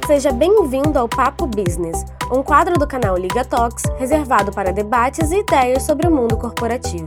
Seja bem-vindo ao Papo Business, um quadro do canal Liga Talks reservado para debates e ideias sobre o mundo corporativo.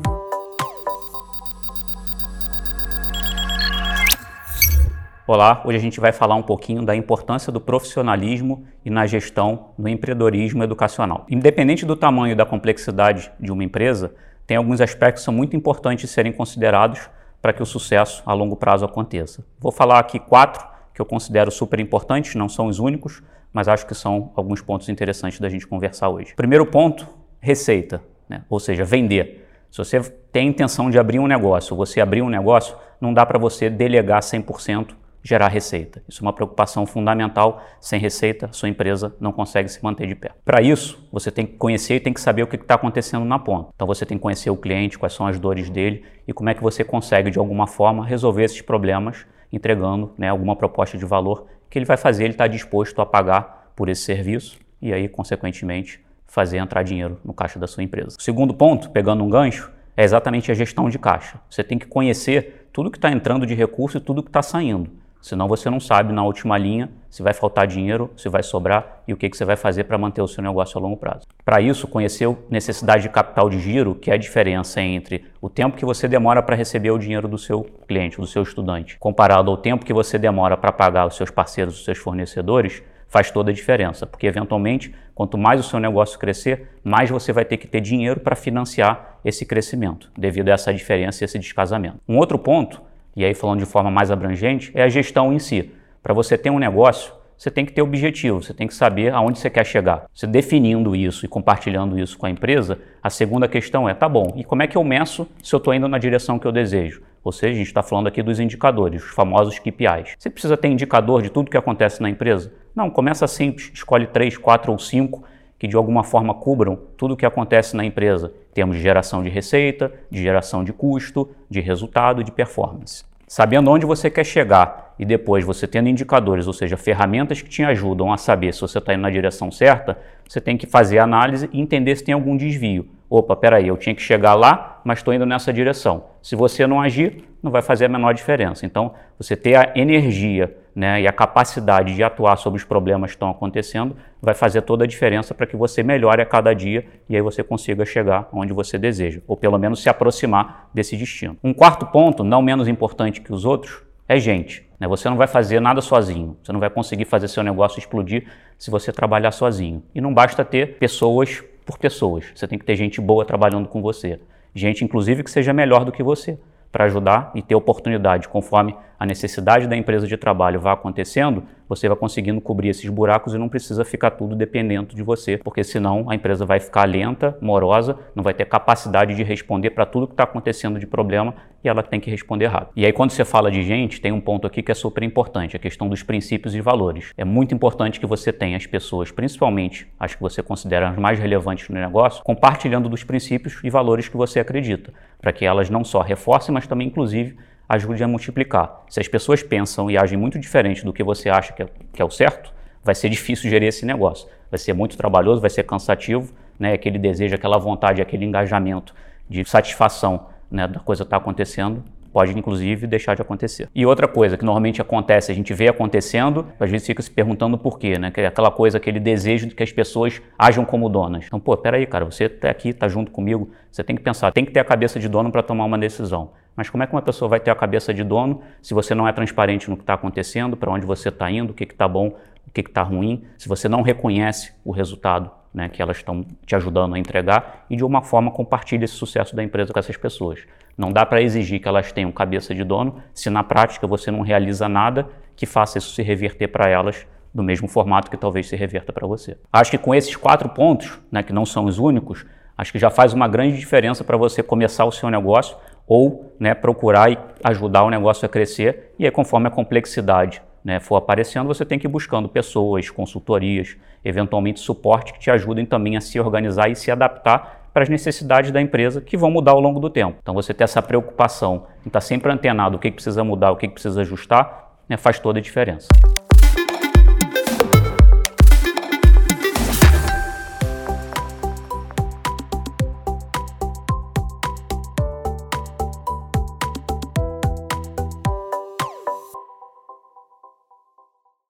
Olá, hoje a gente vai falar um pouquinho da importância do profissionalismo e na gestão no empreendedorismo educacional. Independente do tamanho e da complexidade de uma empresa, tem alguns aspectos que são muito importantes de serem considerados para que o sucesso a longo prazo aconteça. Vou falar aqui 4 que eu considero super importantes, não são os únicos, mas acho que são alguns pontos interessantes da gente conversar hoje. Primeiro ponto, receita, ou seja, vender. Se você tem a intenção de abrir um negócio, ou você abrir um negócio, não dá para você delegar 100% gerar receita. Isso é uma preocupação fundamental. Sem receita, sua empresa não consegue se manter de pé. Para isso, você tem que conhecer e tem que saber o que está acontecendo na ponta. Então você tem que conhecer o cliente, quais são as dores dele e como é que você consegue, de alguma forma, resolver esses problemas entregando alguma proposta de valor que ele vai fazer, ele está disposto a pagar por esse serviço e aí, consequentemente, fazer entrar dinheiro no caixa da sua empresa. O segundo ponto, pegando um gancho, é exatamente a gestão de caixa. Você tem que conhecer tudo que está entrando de recurso e tudo que está saindo. Senão você não sabe na última linha se vai faltar dinheiro, se vai sobrar e o que você vai fazer para manter o seu negócio a longo prazo. Para isso, conhecer a necessidade de capital de giro, que é a diferença entre o tempo que você demora para receber o dinheiro do seu cliente, do seu estudante, comparado ao tempo que você demora para pagar os seus parceiros, os seus fornecedores, faz toda a diferença. Porque, eventualmente, quanto mais o seu negócio crescer, mais você vai ter que ter dinheiro para financiar esse crescimento, devido a essa diferença e esse descasamento. Um outro ponto, e aí falando de forma mais abrangente, é a gestão em si. Para você ter um negócio, você tem que ter objetivo, você tem que saber aonde você quer chegar. Você definindo isso e compartilhando isso com a empresa, a segunda questão é, tá bom, e como é que eu meço se eu estou indo na direção que eu desejo? Ou seja, a gente está falando aqui dos indicadores, os famosos KPIs. Você precisa ter indicador de tudo que acontece na empresa? Não, começa simples, escolhe 3, 4 ou 5 que de alguma forma cubram tudo o que acontece na empresa, em termos de geração de receita, de geração de custo, de resultado e de performance. Sabendo onde você quer chegar e depois você tendo indicadores, ou seja, ferramentas que te ajudam a saber se você está indo na direção certa, você tem que fazer a análise e entender se tem algum desvio. Opa, peraí, eu tinha que chegar lá, mas estou indo nessa direção. Se você não agir, não vai fazer a menor diferença. Então, você ter a energia e a capacidade de atuar sobre os problemas que estão acontecendo vai fazer toda a diferença para que você melhore a cada dia e aí você consiga chegar onde você deseja, ou pelo menos se aproximar desse destino. Um quarto ponto, não menos importante que os outros, é gente. Você não vai fazer nada sozinho, você não vai conseguir fazer seu negócio explodir se você trabalhar sozinho. E não basta ter pessoas por pessoas, você tem que ter gente boa trabalhando com você. Gente, inclusive, que seja melhor do que você, para ajudar e ter oportunidade, conforme a necessidade da empresa de trabalho vai acontecendo, você vai conseguindo cobrir esses buracos e não precisa ficar tudo dependendo de você, porque senão a empresa vai ficar lenta, morosa, não vai ter capacidade de responder para tudo que está acontecendo de problema e ela tem que responder rápido. E aí quando você fala de gente, tem um ponto aqui que é super importante, a questão dos princípios e valores. É muito importante que você tenha as pessoas, principalmente as que você considera as mais relevantes no negócio, compartilhando dos princípios e valores que você acredita, para que elas não só reforcem, mas também, inclusive, ajude a multiplicar. Se as pessoas pensam e agem muito diferente do que você acha que é o certo, vai ser difícil gerir esse negócio. Vai ser muito trabalhoso, vai ser cansativo, aquele desejo, aquela vontade, aquele engajamento de satisfação da coisa estar acontecendo, pode inclusive deixar de acontecer. E outra coisa que normalmente acontece, a gente vê acontecendo, às vezes fica se perguntando por quê, que é aquela coisa, aquele desejo de que as pessoas ajam como donas. Então, peraí, cara, você está aqui, está junto comigo, você tem que pensar, tem que ter a cabeça de dono para tomar uma decisão. Mas como é que uma pessoa vai ter a cabeça de dono se você não é transparente no que está acontecendo, para onde você está indo, o que está bom, o que está ruim, se você não reconhece o resultado que elas estão te ajudando a entregar e de uma forma compartilha esse sucesso da empresa com essas pessoas. Não dá para exigir que elas tenham cabeça de dono se na prática você não realiza nada que faça isso se reverter para elas do mesmo formato que talvez se reverta para você. Acho que com esses 4 pontos, que não são os únicos, acho que já faz uma grande diferença para você começar o seu negócio ou procurar e ajudar o negócio a crescer e aí conforme a complexidade for aparecendo, você tem que ir buscando pessoas, consultorias, eventualmente suporte que te ajudem também a se organizar e se adaptar para as necessidades da empresa que vão mudar ao longo do tempo. Então você ter essa preocupação em estar sempre antenado o que precisa mudar, o que precisa ajustar, faz toda a diferença.